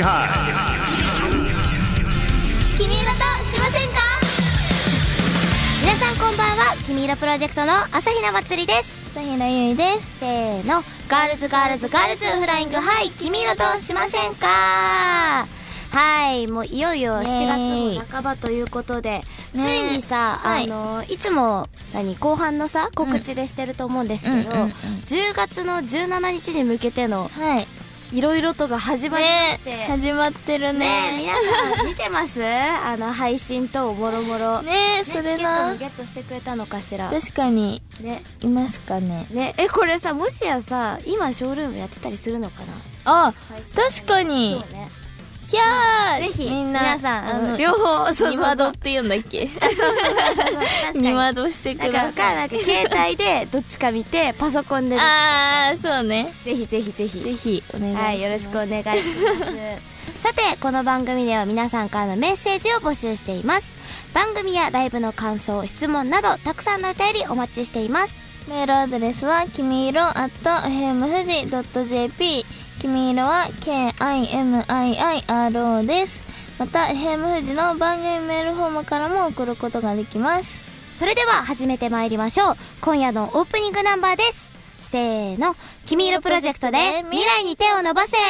ハイ君色としませんか。皆さんこんばんは。君色プロジェクトの朝比奈まつりです。 田平ゆいです。 せーの、ガールズガールズガールズフライングハイ君色としませんか。はい、もういよいよ7月も半ばということで、ついにさ、いつも後半のさ告知でしてると思うんですけど、10月の17日に向けてのいろいろとが始まりまして、 始まってるね。 皆さん見てます？配信ともろもろね。それな、 チケットもゲットしてくれたのかしら。 確かにね、 いますかね。 これさ、もしやさ今ショールームやってたりするのかな。 あ、確かに。 そうね。 キャー、 ぜひみんな皆さん両方二窓って言うんだっけ。二窓してください。 なんか携帯でどっちか見てパソコンでああ、そうね。 ぜひぜひぜひぜひお願いします。 はい、よろしくお願いしますさて、この番組では皆さんからのメッセージを募集しています。番組やライブの感想、質問などたくさんのお便りお待ちしています。 メールアドレスはきみいろ@fmfuji.jp、きみいろは KIMIIRO です。また FM 富士の番組メールフォームからも送ることができます。 それでは始めてまいりましょう。今夜のオープニングナンバーです。せーの、君色プロジェクトで未来に手を伸ばせ。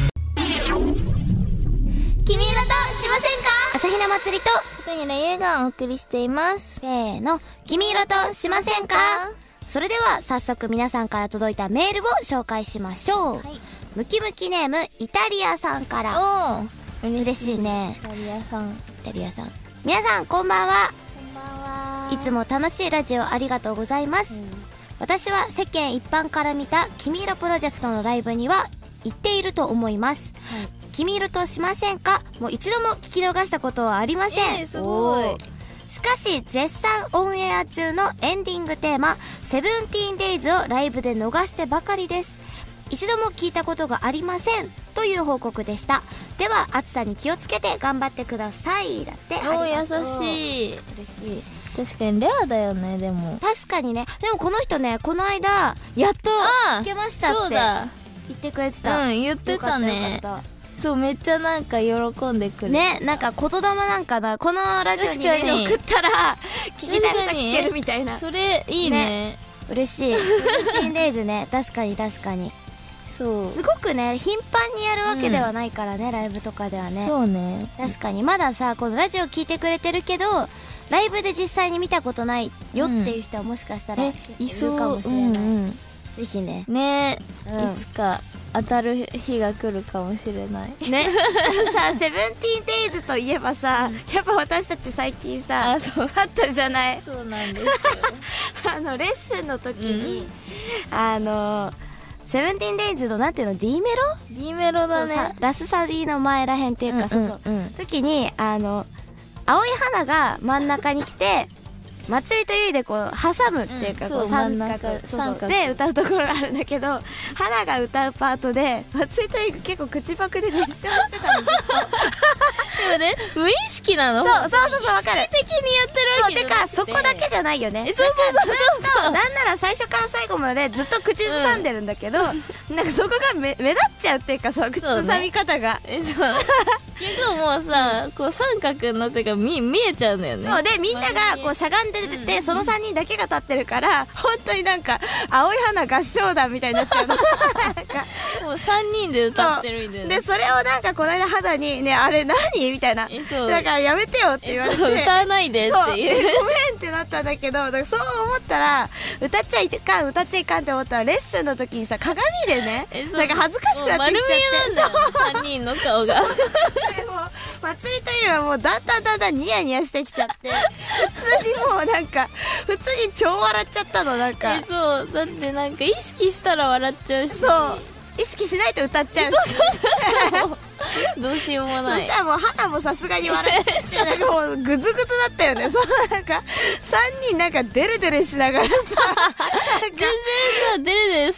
君色としませんか。朝比奈まつりと片平優がお送りしています。 せーの、君色としませんか。それでは早速皆さんから届いたメールを紹介しましょう。ムキムキネームイタリアさんから。 おー、 嬉しいね。 イタリアさん。 皆さんこんばんは。 こんばんは。 いつも楽しいラジオありがとうございます。私は世間一般から見た君色プロジェクトのライブには行っていると思います。君色としませんかもう一度も聞き逃したことはありません。 すごい。 しかし絶賛オンエア中のエンディングテーマセブンティーンデイズをライブで逃してばかりです。一度も聞いたことがありませんという報告でした。では暑さに気をつけて頑張ってください。だって。 おー、優しい。 嬉しい。 確かにレアだよね。でも確かにね。でもこの人ね、この間やっと聞けましたって言ってくれてた。 言ってたね。 よかった。 そう、めっちゃなんか喜んでくるね。なんか言霊なんかな、このラジオにメール送ったら聞きたい歌聞けるみたいな。 それいいね。 嬉しい。セブンティーンデイズね。確かに。 そう、 すごくね頻繁にやるわけではないからね、ライブとかではね。 そうね。 確かにまださ、このラジオ聞いてくれてるけどライブで実際に見たことないよっていう人はもしかしたらいるかもしれない。ぜひね。 ね、いつか当たる日が来るかもしれないね。さあ、セブンティーンデイズといえばさ、やっぱ私たち最近さ、あったじゃない。 そうなんですよ。 レッスンの時に、セブンティーンデイズのなんていうの、 D メロだね。 ラスサビの前らへんっていうか、時に青い花が真ん中に来て祭りとゆいでこう挟むっていうか、こう三角で歌うところあるんだけど、花が歌うパートで祭りとゆい結構口パクで熱唱してたの。 でもね、無意識なの。そう、 わかる。 意識的にやってるわけじゃなくて。 てかそこだけじじゃないよね。 そうなんなら最初から最後までずっと口ずさんでるんだけど、なんかそこが目立っちゃうっていうか、その口ずさみ方が、 結構もうさ、こう三角になってから見えちゃうんだよね。 そうで、みんながこうしゃがんでて、その3人だけが立ってるから、本当になんか青い花合唱団みたいになっちゃうの。なんかもう3人で歌ってるみたいな。 でそれをなんかこの間肌にね、あれ何みたいな、だからやめてよって言われて、 歌わないでっていう、 ごめんってなったんだけど、だからそう思ったら歌っちゃいかんって思ったら、レッスンの時にさ、鏡でね、なんか恥ずかしくなってきちゃって、 丸見えなんだよ、3人の顔が。 でも祭りというのはもうだんだんニヤニヤしてきちゃって、普通にもうなんか普通に超笑っちゃったの。なんかそうだって、なんか意識したら笑っちゃうし、 そう意識しないと歌っちゃうし、 そうどうしようもない。 そしたらもう花もさすがに笑っちゃって、なんかもうグズグズだったよね。そうなんか3人なんかデレデレしながらさ、 全然さデレデレ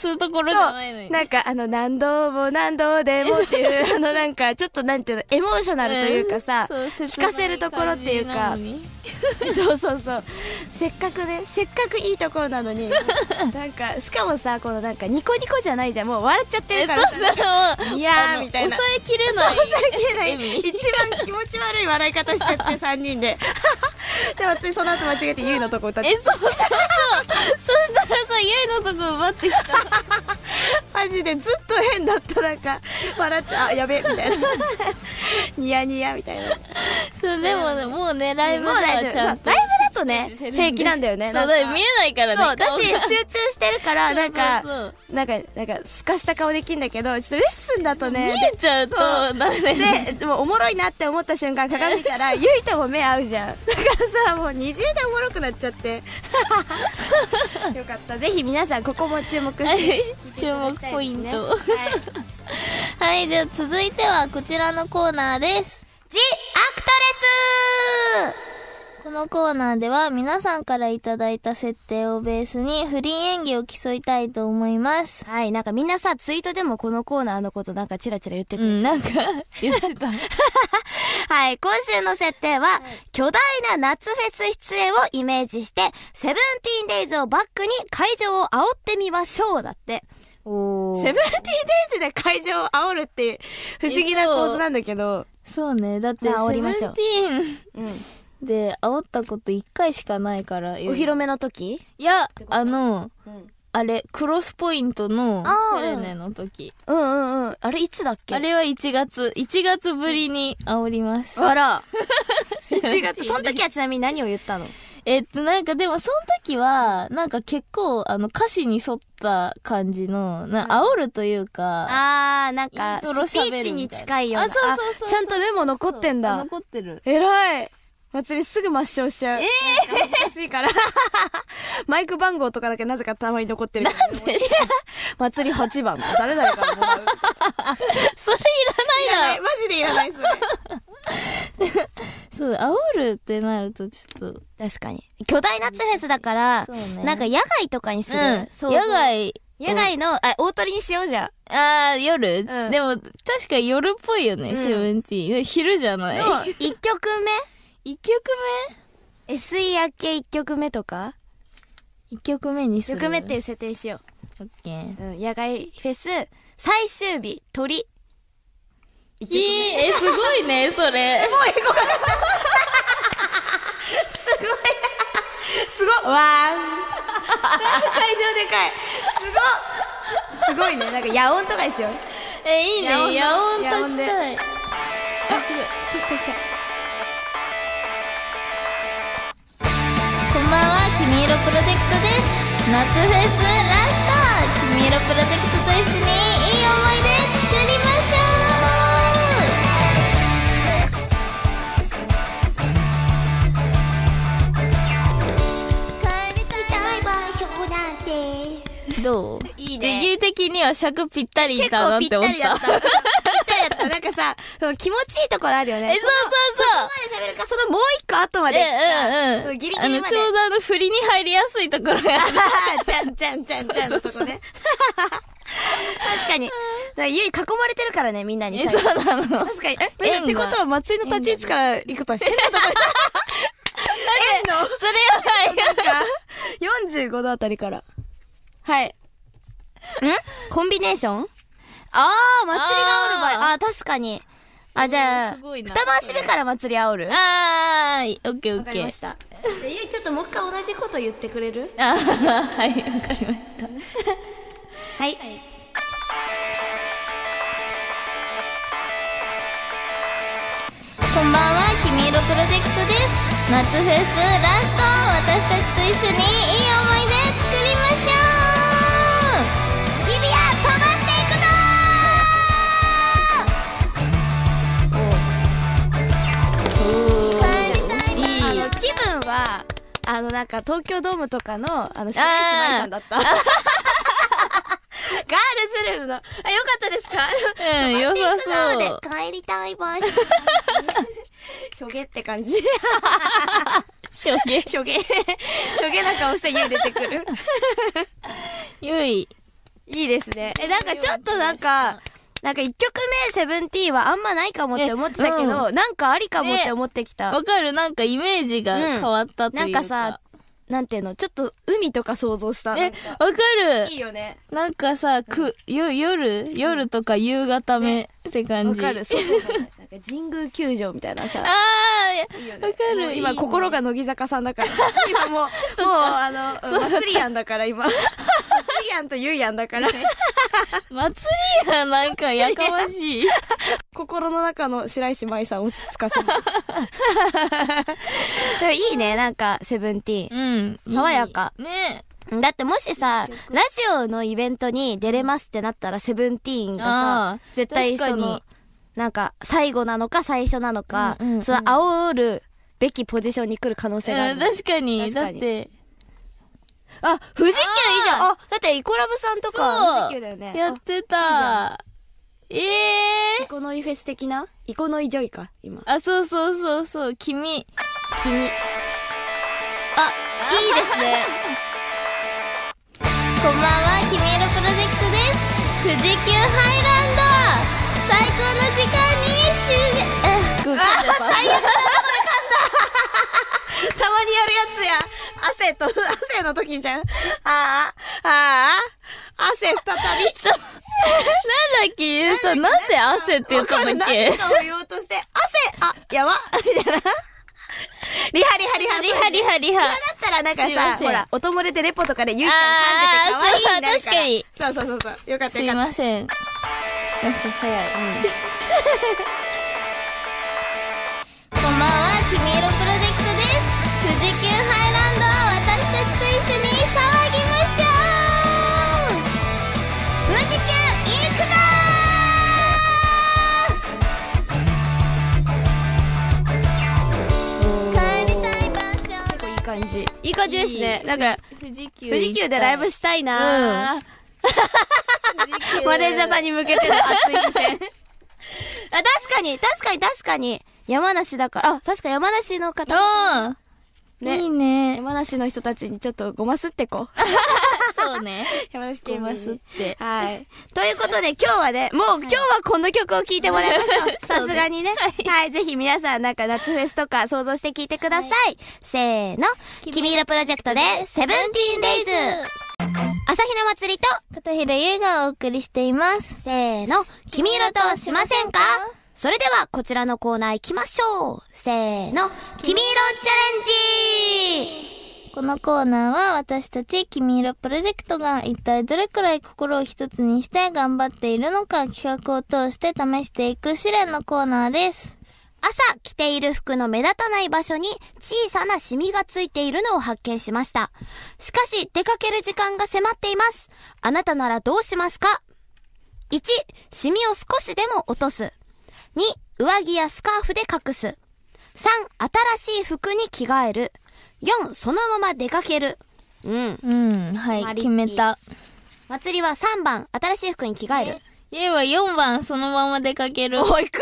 するところじゃないのに。 なんか何度も何度でもっていう、なんか、ちょっとなんていうの、エモーショナルというかさ、聞かせるところっていうか、そうそうそう。せっかくいいところなのに、なんか、しかもさ、このなんか、ニコニコじゃないじゃん。もう笑っちゃってるからさ、いやーみたいな。 抑えきれない。 抑えきれない。一番気持ち悪い笑い方しちゃって、3人で。でも、ついその後間違えて、ゆいのとこ歌って。 そう。そしたらさ、ゆいのとこ奪ってきた。 マジでずっと変だった。なんか、笑っちゃう、やべ、みたいな。ニヤニヤみたいな。 そう、でもね、もうね、ライブではちゃんと。 ライブだとね、平気なんだよね。 そう、だ見えないからね。 そう、だし、集中してるから、なんか、すかした顔できんだけど、ちょっとレッスンだとね、 見えちゃうと、ダメだよね。 でもおもろいなって思った瞬間、鏡見たら、ゆいとも目合うじゃん。だからさ、もう二重でおもろくなっちゃって。よかった。ぜひ皆さん、ここも注目して。 注目ポイント。はい、では続いてはこちらのコーナーです。 ジ・アクトレス。 このコーナーでは皆さんからいただいた設定をベースに不倫演技を競いたいと思います。 はい、なんかみんなさ、ツイートでもこのコーナーのことなんかチラチラ言ってくる。 なんか言ってた。 はい、今週の設定は、巨大な夏フェス出演をイメージして、セブンティーンデイズをバックに会場を煽ってみましょうだって。セブンティーンデイズで会場を煽るっていう不思議な構図なんだけど。 そうね、だってセブンティーンで煽ったこと1回しかないから。お披露目の時？ いや、あれ、クロスポイントのセレネの時。 あれいつだっけ？ あれは1月ぶりに煽ります。 あら。1月、その時はちなみに何を言ったの？ なんかでもその時は、なんか結構歌詞に沿った感じの、煽るというか、 なんか、スピーチに近いような。 そう。 ちゃんとメモ残ってんだ。 残ってる。 偉い。祭りすぐ抹消しちゃう。恥ずかしいから。マイク番号とかだけなぜかたまに残ってる。 なんで祭り8番。誰々からもらう。 それいらないな。 マジでいらない、それ。 そう、煽るってなるとちょっと。 確かに。巨大夏フェスだから、なんか野外とかにする。 そう。野外の、大鳥にしようじゃん。 夜、でも、確か夜っぽいよね、セブンティーン。昼じゃない。 1曲目 ?1 曲目 ?SE 明け1曲目とか ?1 曲目にする。 1曲目っていう設定しよう。 オッケー。 野外フェス、最終日、鳥。 すごいね、それ。 もう英語が。すごい。わーん。会場でかい。すごいね。なんか野音とかにしよう。 いいね。野音立ちたい。すごい。 来た。 こんばんは、君色プロジェクトです。夏フェスラスト。君色プロジェクトと一緒にいい思い出作りましょう。どう？ いいね。 授業的には尺ぴったりいったなって思った。 ぴったりだった。なんかさ、気持ちいいところあるよね。 そう。 そこまで喋るか、そのもう一個後まで。ギリギリまで。 ちょうど振りに入りやすいところや。 ちゃんのとこね。確かに。ゆい囲まれてるからね、みんなに。 そうなの。 確かに。ってことは、松井の立ち位置から行くと変なところ。 それやばい。 なんか、45度あたりから。はい。コンビネーション？祭りが煽る場合。確かに。じゃあ、二回し目から祭り煽る？ オッケーオッケー。 わかりました。ゆい、ちょっともう一回同じこと言ってくれる？ はい、わかりました。 はい。 こんばんは、君色プロジェクトです。夏フェスラスト、私たちと一緒にいい思い出作りましょう。 日比谷飛ばしていくぞ。いい。気分はなんか東京ドームとかの白石麻衣さんだった。ガールズルームの。よかったですか？ 良さそう。 帰りたい場所。しょげって感じ。 しょげな顔して家出てくる。 ゆい、 いいですね。なんかちょっとなんか1曲目セブンティーンはあんまないかもって思ってたけど、なんかありかもって思ってきた。 わかる、なんかイメージが変わったというか。 なんかさ、なんていうの、ちょっと海とか想像した。 わかる。 いいよね。 なんかさ、夜とか夕方目って感じ。 わかる。そうなんか神宮球場みたいなさ。 わかる。 今心が乃木坂さんだから。今もう祭りやんだから今。祭りやんとゆいやんだから。 祭りやん、なんかやかましい。 心の中の白石麻衣さんを落ち着かせます。でもいいね、なんかセブンティーン。爽やか。 ね。 だってもしさ、ラジオのイベントに出れますってなったらセブンティーンがさ、絶対その、なんか最後なのか最初なのか、その煽るべきポジションに来る可能性がある。 確かに。だって、 あ、富士急いいじゃん。あ、だってイコラブさんとか富士急だよね。 やってた。 イコノイフェス的なイコノイジョイか、今。 あ、そう。君。 あ、いいですね。 こんばんは、君色プロジェクトです。富士急ハイランド最高の時間に最悪だ、これ噛んだ。 たまにやるやつや。汗の時じゃん。汗再び。 なんだっけ、ゆうさん、なんで汗って言ったんだっけ。 何かを言おうとして、やばみたいな。リハ。だったらなんかさ、ほら、お友達でレポとかでゆうちゃん噛んでて可愛いんだから。 確かに。 そう。よかった。 すいません。よし、早い。こんばんは、君色プロジェクトです。富士急ハイランド、私たちと一緒に騒ぎましょう。 富士急行くぞー。帰りたい場所。 結構いい感じ。いい感じですね。なんか、 富士急でライブしたいなマネージャーさんに向けての熱い視線。確かに。山梨だから、確か山梨の方。 ね。いいね。 山梨の人たちにちょっとごますってこ。 そうね。 山梨県ごますって。 はい。ということで今日はね、もう今日はこの曲を聴いてもらいましょう。さすがにね。はい。ぜひ皆さんなんか夏フェスとか想像して聴いてください。せーの。君色プロジェクトでセブンティーンデイズ。朝日奈祭りと片平優がお送りしています。 せーの。君色としませんか？それではこちらのコーナー行きましょう。せーの。君色チャレンジ。 このコーナーは私たち君色プロジェクトが一体どれくらい心を一つにして頑張っているのか企画を通して試していく試練のコーナーです。 朝着ている服の目立たない場所に小さなシミがついているのを発見しました。しかし出かける時間が迫っています。あなたならどうしますか？ 1. シミを少しでも落とす。2. 上着やスカーフで隠す。3. 新しい服に着替える。4. そのまま出かける。 はい、決めた。 祭りは3番、新しい服に着替える。 ゆうは4番、そのまま出かける。 おい、来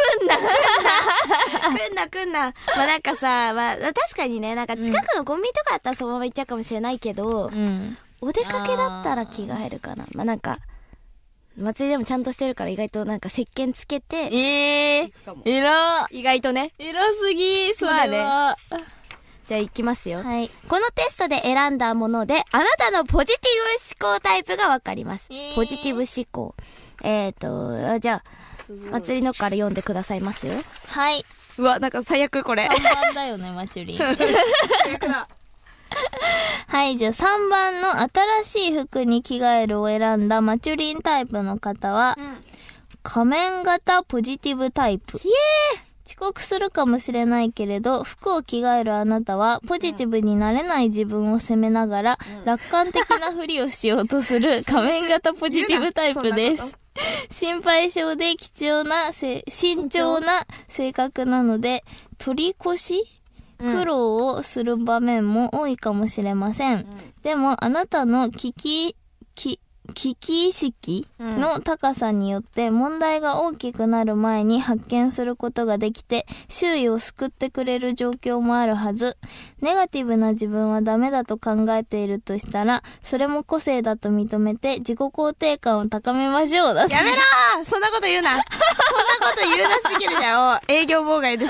んな。まあなんかさ、確かにね、なんか近くのコンビニとかだったらそのまま行っちゃうかもしれないけど、お出かけだったら着替えるかな。まあなんか、祭りでもちゃんとしてるから意外となんか石鹸つけて、 えら意外とね。 えらすぎ、それは。 じゃあ行きますよ。 はい。 このテストで選んだもので、あなたのポジティブ思考タイプがわかります。ポジティブ思考。じゃあ、祭りのから読んでくださいますよ。 はい。 うわ、なんか最悪これ。 3番だよね、マチュリン。 最悪だ。 はい、じゃあ3番の新しい服に着替えるを選んだマチュリンタイプの方は、仮面型ポジティブタイプ。遅刻するかもしれないけれど、服を着替えるあなたは、ポジティブになれない自分を責めながら、楽観的なふりをしようとする仮面型ポジティブタイプです。心配性で慎重な性格なので、取り越し苦労をする場面も多いかもしれません。でも、あなたの危危機意識の高さによって問題が大きくなる前に発見することができて、周囲を救ってくれる状況もあるはず。ネガティブな自分はダメだと考えているとしたら、それも個性だと認めて自己肯定感を高めましょう。だって。 やめろー、そんなこと言うな。そんなこと言うなすぎるじゃん。営業妨害です。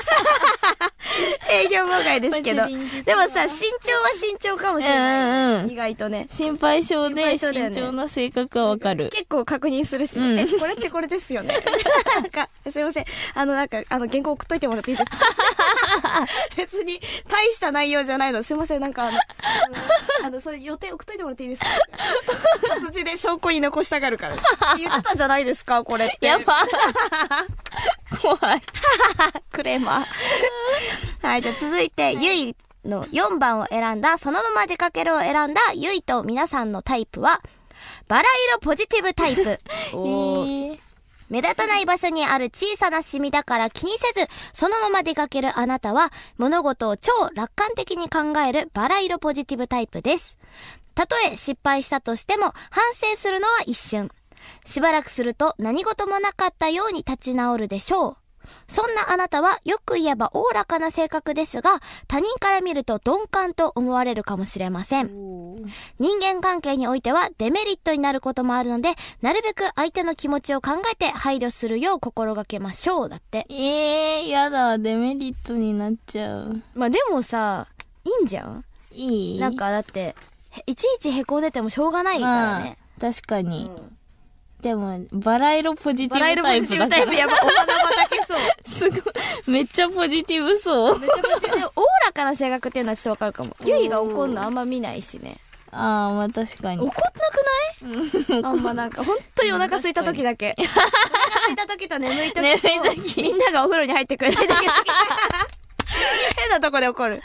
営業妨害ですけど。でもさ、身長は身長かもしれない。意外とね。 心配性で慎重な性格はわかる。 結構確認するし、これってこれですよね。なんか、すいません。なんか、原稿送っといてもらっていいですか？別に、大した内容じゃないの。すいません、なんかそういう予定送っといてもらっていいですか？活字で証拠に残したがるから。言ってたじゃないですか、これって。 やば。怖い。 クレーマー。はい、じゃあ続いて、ゆいの4番を選んだ、そのまま出かけるを選んだ、ゆいと皆さんのタイプは、バラ色ポジティブタイプ。目立たない場所にある小さなシミだから気にせず、そのまま出かけるあなたは、物事を超楽観的に考えるバラ色ポジティブタイプです。たとえ失敗したとしても、反省するのは一瞬。しばらくすると何事もなかったように立ち直るでしょう。そんなあなたはよく言えばおおらかな性格ですが、他人から見ると鈍感と思われるかもしれません。人間関係においてはデメリットになることもあるので、なるべく相手の気持ちを考えて配慮するよう心がけましょう。だって。 やだ、デメリットになっちゃう。 まあでもさ、いいんじゃん？ いい？ なんかだって、いちいちへこんでてもしょうがないからね。 確かに。でも、バラ色ポジティブタイプだから。バラ色ポジティブタイプ、やば、お花畑そう。 すごい。 めっちゃポジティブそう。 めっちゃポジティブ。でも、おおらかな性格っていうのはちょっとわかるかも。ゆいが怒るのあんま見ないしね。 まあ確かに。 怒んなくない？あんまなんか、ほんとにお腹空いた時だけ。お腹空いた時と眠い時と、みんながお風呂に入ってくる時だけ。変なとこで怒る。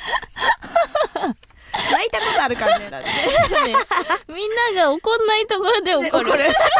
泣いたことあるからね、だって。 みんなが怒んないところで怒る。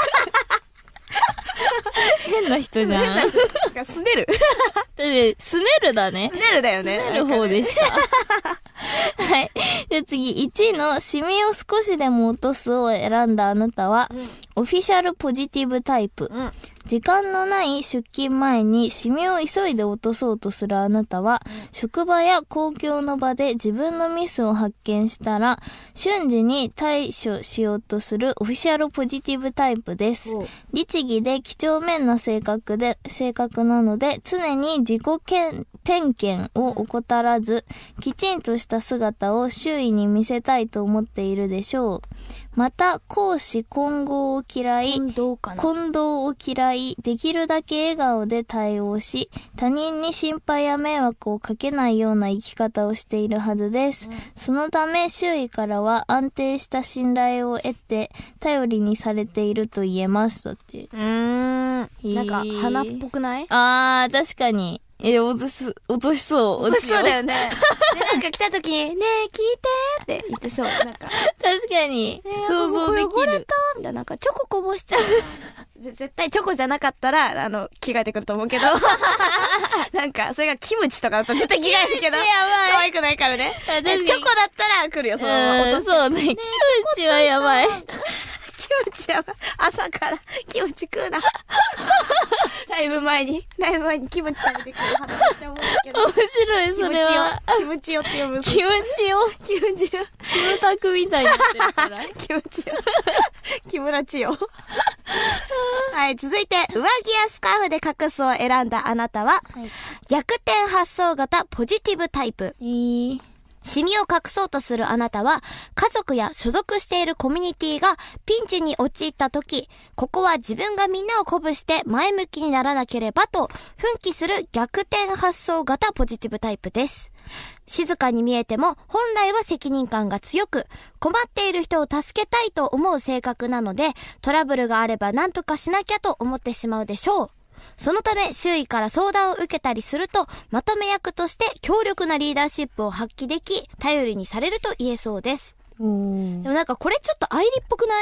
変な人じゃん。 変な人。すねる。 スネルだね。 スネルだよね。 スネル方でした。はい。で次、1位のシミを少しでも落とすを選んだあなたは、オフィシャルポジティブタイプ。時間のない出勤前にシミを急いで落とそうとするあなたは、職場や公共の場で自分のミスを発見したら、瞬時に対処しようとするオフィシャルポジティブタイプです。律儀で几帳面な性格なので、常に自己点検を怠らず、きちんとした姿を周囲に見せたいと思っているでしょう。また、公私混合を嫌い、混同を嫌い、できるだけ笑顔で対応し、他人に心配や迷惑をかけないような生き方をしているはずです。そのため、周囲からは安定した信頼を得て、頼りにされていると言えます。だって。 なんか、花っぽくない？ 確かに。落としそう。 落としそうだよね。で、なんか来た時に、ねえ、聞いてって言ってそう。なんか。 確かに。想像できる。 汚れたみたいな、なんか、チョコこぼしちゃう。絶対チョコじゃなかったら、着替えてくると思うけど。なんか、それがキムチとかだったら絶対着替えるけど。可愛くないからね。チョコだったら来るよ、そのまま落とす。 そうね。キムチはやばい。 キムチやばい。朝からキムチ食うな。ライブ前にキムチ食べてくる話めっちゃ思うけど。 面白い、それは。 キムチよって呼ぶ。 キムタクみたいになってるから。 キムチよ。木村千代。はい、続いて、上着やスカーフで隠すを選んだあなたは、逆転発想型ポジティブタイプ。シミを隠そうとするあなたは、家族や所属しているコミュニティがピンチに陥った時、ここは自分がみんなを鼓舞して前向きにならなければと、奮起する逆転発想型ポジティブタイプです。静かに見えても本来は責任感が強く、困っている人を助けたいと思う性格なので、トラブルがあれば何とかしなきゃと思ってしまうでしょう。そのため周囲から相談を受けたりすると、まとめ役として強力なリーダーシップを発揮でき、頼りにされると言えそうです。でもなんかこれちょっと愛理っぽくない？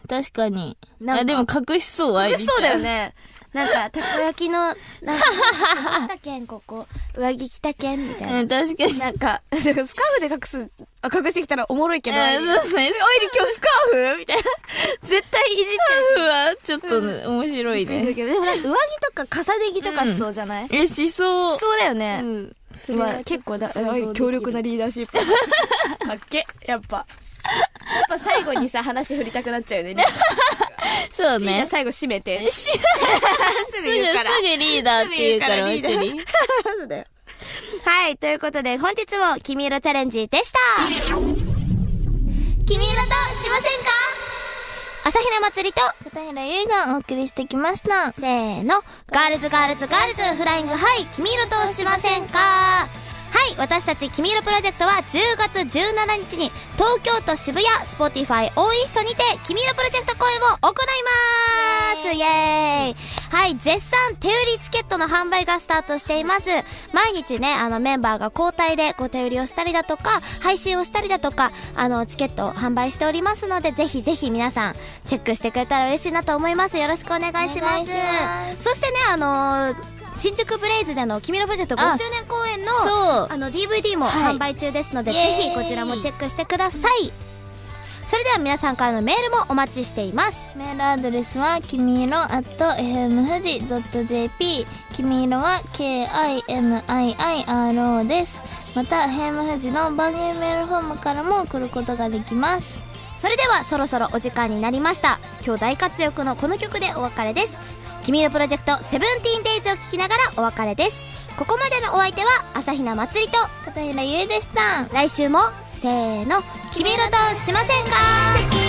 確かに。でも隠しそう、 愛理。隠しそうだよね。なんか、たこ焼きの、なんか、来たけん、ここ、上着着たけん、みたいな。 確かに。 なんか、スカーフで隠してきたらおもろいけど。 そうですね。 愛理今日スカーフフみたいな。絶対いじっちゃう。 うわ、ちょっとね、面白いね。 でもなんか上着とか重ね着とかしそうじゃない？ しそう。 そうだよね。 それは結構強力なリーダーシップ。かっけ、やっぱ最後にさ、話振りたくなっちゃうよね。 そうね。 みんな最後締めて。すぐ言うから。すぐリーダーって言うから、マチュリン。 そうだよ。はい、ということで本日も君色チャレンジでした。君色としませんか？朝比奈まつりと片平優がお送りしてきました。 せーの、ガールズガールズガールズフライングハイ君色としませんか？はい、私たち君色プロジェクトは10月17日に東京都渋谷スポティファイオーイーストにて君色プロジェクト公演を行います。イエーイ。はい、絶賛手売りチケットの販売がスタートしています。毎日ね、メンバーが交代でご手売りをしたりだとか、配信をしたりだとか、チケットを販売しておりますので、ぜひぜひ皆さんチェックしてくれたら嬉しいなと思います。よろしくお願いします。そしてね、新宿ブレイズでの君色プロジェクト5周年公演のDVD も販売中ですので、ぜひこちらもチェックしてください。それでは皆さんからのメールもお待ちしています。 メールアドレスはきみいろ@fmfuji.jp、 きみいろは KIMIIRO です。また FM 富士の番組メールフォームからも送ることができます。 それではそろそろお時間になりました。今日大活躍のこの曲でお別れです。君色プロジェクトセブンティーンデイズを聴きながらお別れです。ここまでのお相手は朝比奈まつりと片平優でした。 来週もせーの、君色としませんか？